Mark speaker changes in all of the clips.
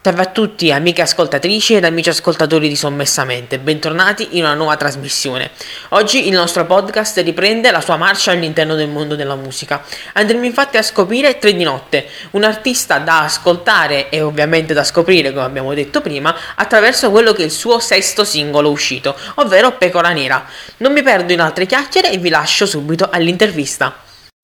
Speaker 1: Salve a tutti, amiche ascoltatrici ed amici ascoltatori di Sommessamente, bentornati in una nuova trasmissione. Oggi il nostro podcast riprende la sua marcia all'interno del mondo della musica. Andremo infatti a scoprire Tre di Notte, un artista da ascoltare e ovviamente da scoprire, come abbiamo detto prima, attraverso quello che è il suo sesto singolo uscito, ovvero Pecora Nera. Non mi perdo in altre chiacchiere e vi lascio subito all'intervista.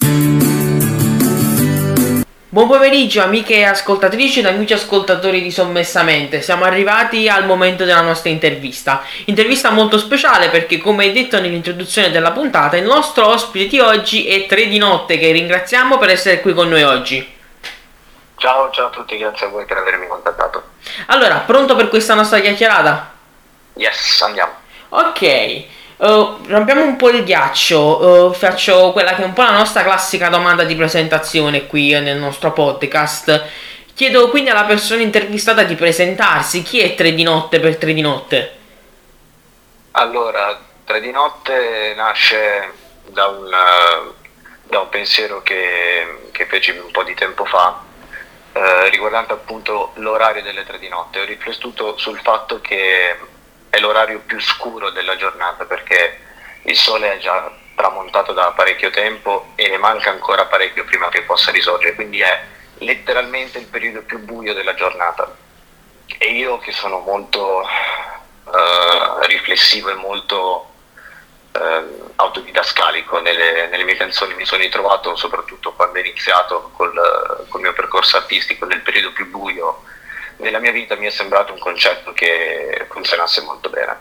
Speaker 1: Buon pomeriggio amiche ascoltatrici ed amici ascoltatori di Sommessamente, siamo arrivati al momento della nostra intervista molto speciale perché come detto nell'introduzione della puntata il nostro ospite di oggi è Tre di Notte, che ringraziamo per essere qui con noi oggi.
Speaker 2: Ciao a tutti, grazie a voi per avermi contattato.
Speaker 1: Allora, pronto per questa nostra chiacchierata?
Speaker 2: Yes, andiamo.
Speaker 1: Ok. Rompiamo un po' il ghiaccio, faccio quella che è un po' la nostra classica domanda di presentazione qui nel nostro podcast. Chiedo quindi alla persona intervistata di presentarsi. Chi è Tre di Notte per Tre di Notte?
Speaker 2: Allora, Tre di Notte nasce da un pensiero che feci un po' di tempo fa, riguardante appunto l'orario delle Tre di Notte. Ho riflettuto sul fatto che è l'orario più scuro della giornata perché il sole è già tramontato da parecchio tempo e ne manca ancora parecchio prima che possa risorgere, quindi è letteralmente il periodo più buio della giornata. E io che sono molto riflessivo e molto autodidascalico nelle mie canzoni, mi sono ritrovato soprattutto quando ho iniziato col mio percorso artistico nel periodo più buio nella mia vita. Mi è sembrato un concetto che funzionasse molto bene.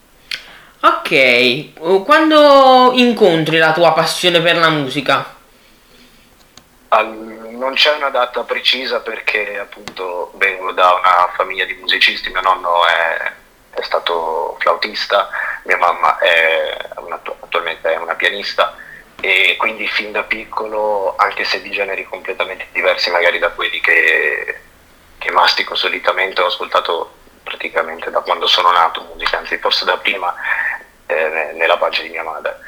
Speaker 1: Ok, quando incontri la tua passione per la musica?
Speaker 2: Non c'è una data precisa perché appunto vengo da una famiglia di musicisti, mio nonno è stato flautista, mia mamma attualmente è una pianista e quindi fin da piccolo, anche se di generi completamente diversi magari da quelli che mastico solitamente, ho ascoltato praticamente da quando sono nato musica, anzi forse da prima nella pancia di mia madre.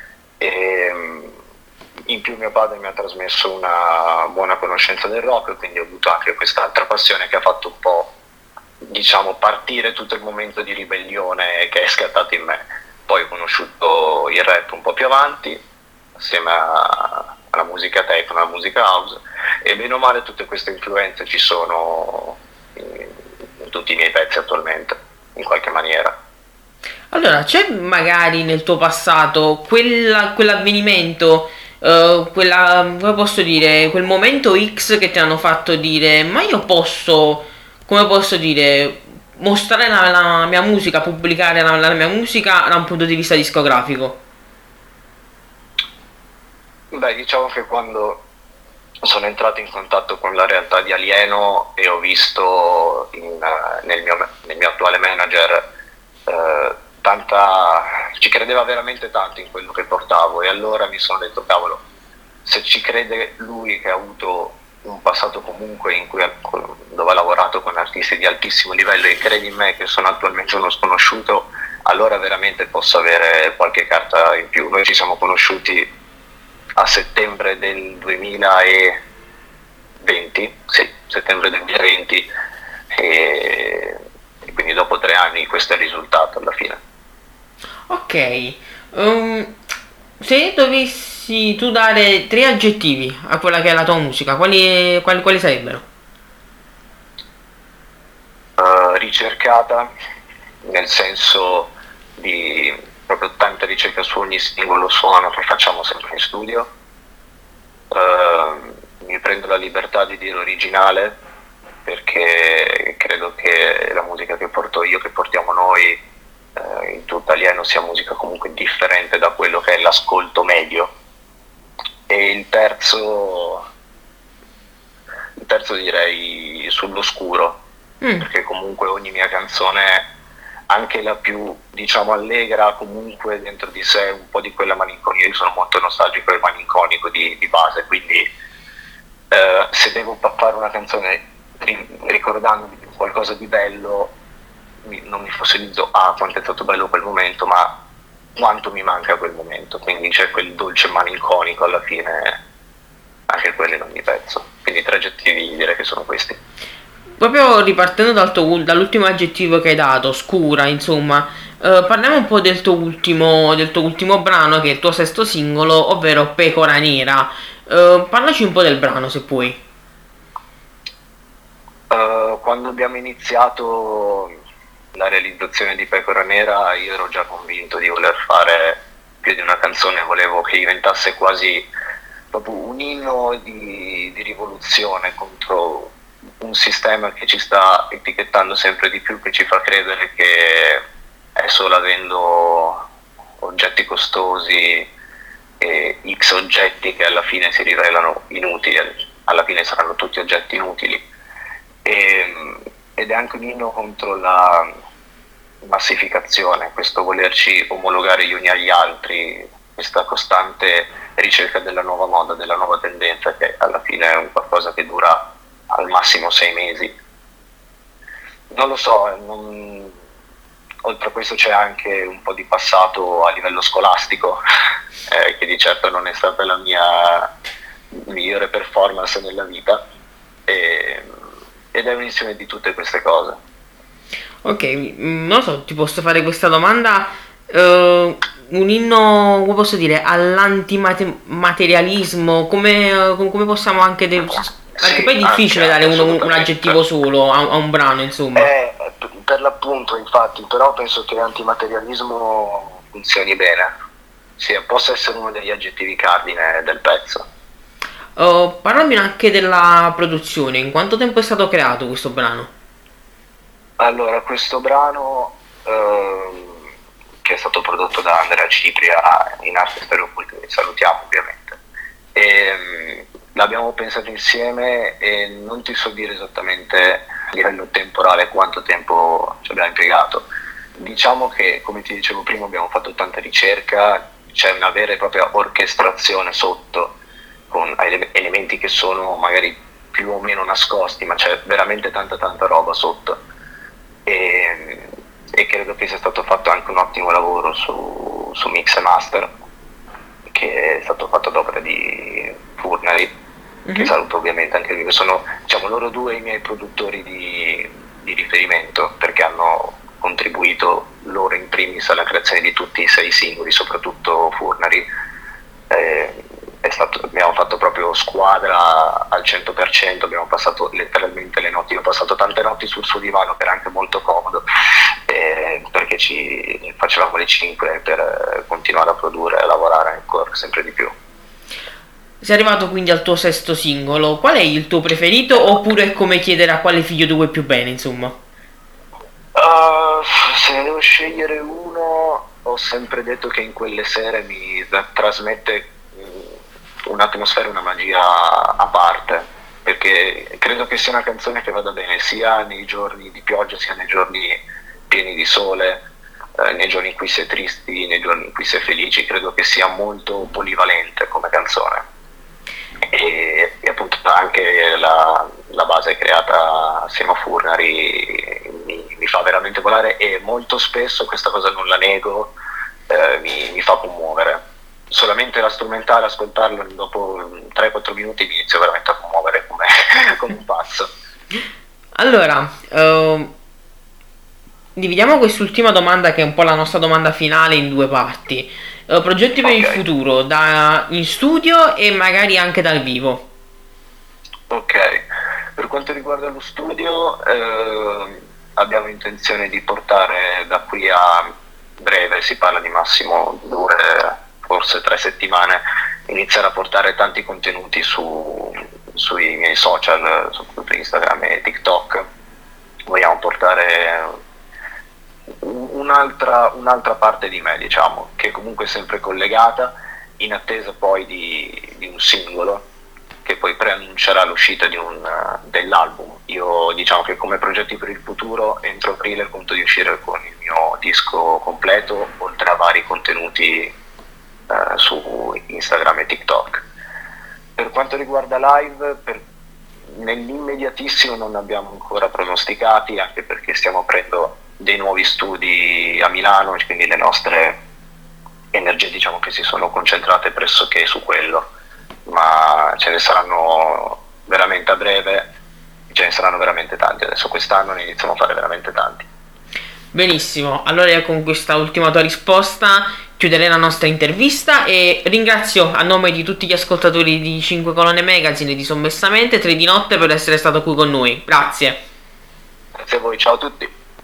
Speaker 2: In più mio padre mi ha trasmesso una buona conoscenza del rock, quindi ho avuto anche quest'altra passione che ha fatto un po', diciamo, partire tutto il momento di ribellione che è scattato in me. Poi ho conosciuto il rap un po' più avanti, assieme alla musica techno, alla musica house, e bene o male tutte queste influenze ci sono in tutti i miei pezzi attualmente, in qualche maniera.
Speaker 1: Allora, c'è magari nel tuo passato quell'avvenimento, come posso dire, quel momento X che ti hanno fatto dire, ma io posso, come posso dire, mostrare la mia musica, pubblicare la mia musica da un punto di vista discografico?
Speaker 2: Beh, diciamo che quando sono entrato in contatto con la realtà di Alieno e ho visto nel mio attuale manager ci credeva veramente tanto in quello che portavo, e allora mi sono detto, cavolo, se ci crede lui che ha avuto un passato comunque dove ha lavorato con artisti di altissimo livello e crede in me che sono attualmente uno sconosciuto, allora veramente posso avere qualche carta in più. Noi ci siamo conosciuti a settembre del 2020, sì, settembre del 2020, e quindi dopo 3 anni questo è il risultato alla fine.
Speaker 1: Ok, se dovessi tu dare 3 aggettivi a quella che è la tua musica, quali sarebbero?
Speaker 2: Ricercata, nel senso di proprio tanta ricerca su ogni singolo suono che facciamo sempre in studio. Mi prendo la libertà di dire originale perché credo che la musica che porto io, che portiamo noi in tutto Alieno, sia musica comunque differente da quello che è l'ascolto medio. E il terzo direi sull'oscuro, perché comunque ogni mia canzone, anche la più, diciamo, allegra, ha comunque dentro di sé un po' di quella malinconia. Io sono molto nostalgico e malinconico di base, quindi se devo fare una canzone ricordandomi di qualcosa di bello, non mi fossilizzo quanto è stato bello quel momento, ma quanto mi manca quel momento, quindi c'è quel dolce malinconico alla fine, anche quello in ogni pezzo. Quindi 3 aggettivi direi che sono questi.
Speaker 1: proprio ripartendo dall'ultimo aggettivo che hai dato, scura, insomma, parliamo un po' del tuo ultimo brano, che è il tuo sesto singolo, ovvero Pecora Nera. Parlaci un po' del brano, se puoi.
Speaker 2: Quando abbiamo iniziato la realizzazione di Pecora Nera, io ero già convinto di voler fare più di una canzone, volevo che diventasse quasi proprio un inno di rivoluzione contro un sistema che ci sta etichettando sempre di più, che ci fa credere che è solo avendo oggetti costosi e X oggetti che alla fine si rivelano inutili, alla fine saranno tutti oggetti inutili. Ed è anche un inno contro la massificazione, questo volerci omologare gli uni agli altri, questa costante ricerca della nuova moda, della nuova tendenza, che alla fine è un qualcosa che dura al massimo 6 mesi. Non lo so, oltre a questo c'è anche un po' di passato a livello scolastico, che di certo non è stata la mia migliore performance nella vita, ed è un insieme di tutte queste cose.
Speaker 1: Ok, non lo so, ti posso fare questa domanda. Un inno, come posso dire, all'antimaterialismo, come possiamo anche... perché poi è difficile dare un aggettivo solo a un brano, insomma.
Speaker 2: Per l'appunto, infatti, però penso che antimaterialismo funzioni bene, possa essere uno degli aggettivi cardine del pezzo.
Speaker 1: Parlami anche della produzione, in quanto tempo è stato creato questo brano?
Speaker 2: Allora, questo brano, che è stato prodotto da Andrea Cipria in Arte Stereoculti, che salutiamo ovviamente, l'abbiamo pensato insieme e non ti so dire esattamente a livello temporale quanto tempo ci abbiamo impiegato. Diciamo che, come ti dicevo prima, abbiamo fatto tanta ricerca, c'è una vera e propria orchestrazione sotto, con elementi che sono magari più o meno nascosti, ma c'è veramente tanta roba sotto, e credo che sia stato fatto anche un ottimo lavoro su mix e master, che è stato fatto ad opera di Furnari, che saluto ovviamente anche lui, che sono, diciamo, loro due i miei produttori di riferimento, perché hanno contribuito loro in primis alla creazione di tutti i 6 singoli, soprattutto Furnari. Abbiamo fatto proprio squadra al 100%, abbiamo passato letteralmente le notti, ho passato tante notti sul suo divano, che era anche molto comodo, perché ci facevamo le 5 per continuare a produrre e a lavorare ancora sempre di più.
Speaker 1: Sei arrivato quindi al tuo sesto singolo, qual è il tuo preferito, oppure è come chiedere a quale figlio tu vuoi più bene, insomma?
Speaker 2: Se ne devo scegliere uno, ho sempre detto che In quelle sere mi trasmette un'atmosfera, una magia a parte, perché credo che sia una canzone che vada bene sia nei giorni di pioggia, sia nei giorni pieni di sole, nei giorni in cui si è tristi, nei giorni in cui si è felici. Credo che sia molto polivalente come canzone, e appunto anche la base creata assieme a Furnari mi fa veramente volare, e molto spesso, questa cosa non la nego, mi fa commuovere. Solamente la strumentale, ascoltarlo dopo 3-4 minuti mi inizio veramente a commuovere come un pazzo.
Speaker 1: Allora, dividiamo quest'ultima domanda, che è un po' la nostra domanda finale, in 2 parti. Progetti per il futuro, in studio e magari anche dal vivo.
Speaker 2: Ok, per quanto riguarda lo studio, abbiamo intenzione di portare da qui a breve, si parla di massimo 2, forse 3 settimane, iniziare a portare tanti contenuti sui miei social, soprattutto Instagram e TikTok. Vogliamo portare un'altra parte di me, diciamo, che comunque è sempre collegata, in attesa poi di un singolo che poi preannuncerà l'uscita dell'album. Io, diciamo, che come progetti per il futuro, entro aprile conto di uscire con il mio disco completo, oltre a vari contenuti su Instagram e TikTok. Per quanto riguarda live, nell'immediatissimo non abbiamo ancora pronosticati, anche perché stiamo aprendo dei nuovi studi a Milano, quindi le nostre energie, diciamo, che si sono concentrate pressoché su quello, ma ce ne saranno veramente a breve, ce ne saranno veramente tanti, adesso quest'anno ne iniziamo a fare veramente tanti.
Speaker 1: Benissimo, allora io con questa ultima tua risposta chiuderei la nostra intervista e ringrazio a nome di tutti gli ascoltatori di 5 Colonne Magazine e di Sommessamente 3 di notte per essere stato qui con noi. Grazie.
Speaker 2: Grazie a voi, ciao a tutti.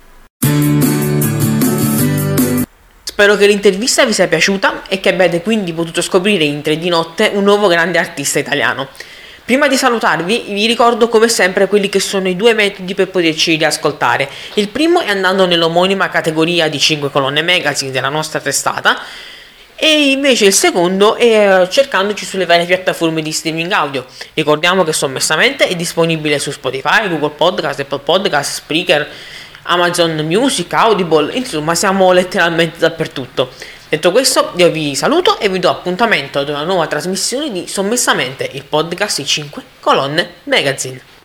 Speaker 1: Spero che l'intervista vi sia piaciuta e che abbiate quindi potuto scoprire in 3 di notte un nuovo grande artista italiano. Prima di salutarvi vi ricordo come sempre quelli che sono i 2 metodi per poterci riascoltare. Il primo è andando nell'omonima categoria di 5 Colonne Magazine della nostra testata e invece il secondo è cercandoci sulle varie piattaforme di streaming audio. Ricordiamo che Sommessamente è disponibile su Spotify, Google Podcast, Apple Podcast, Spreaker, Amazon Music, Audible, insomma siamo letteralmente dappertutto. Detto questo, io vi saluto e vi do appuntamento ad una nuova trasmissione di Sommessamente, il podcast di 5 Colonne Magazine.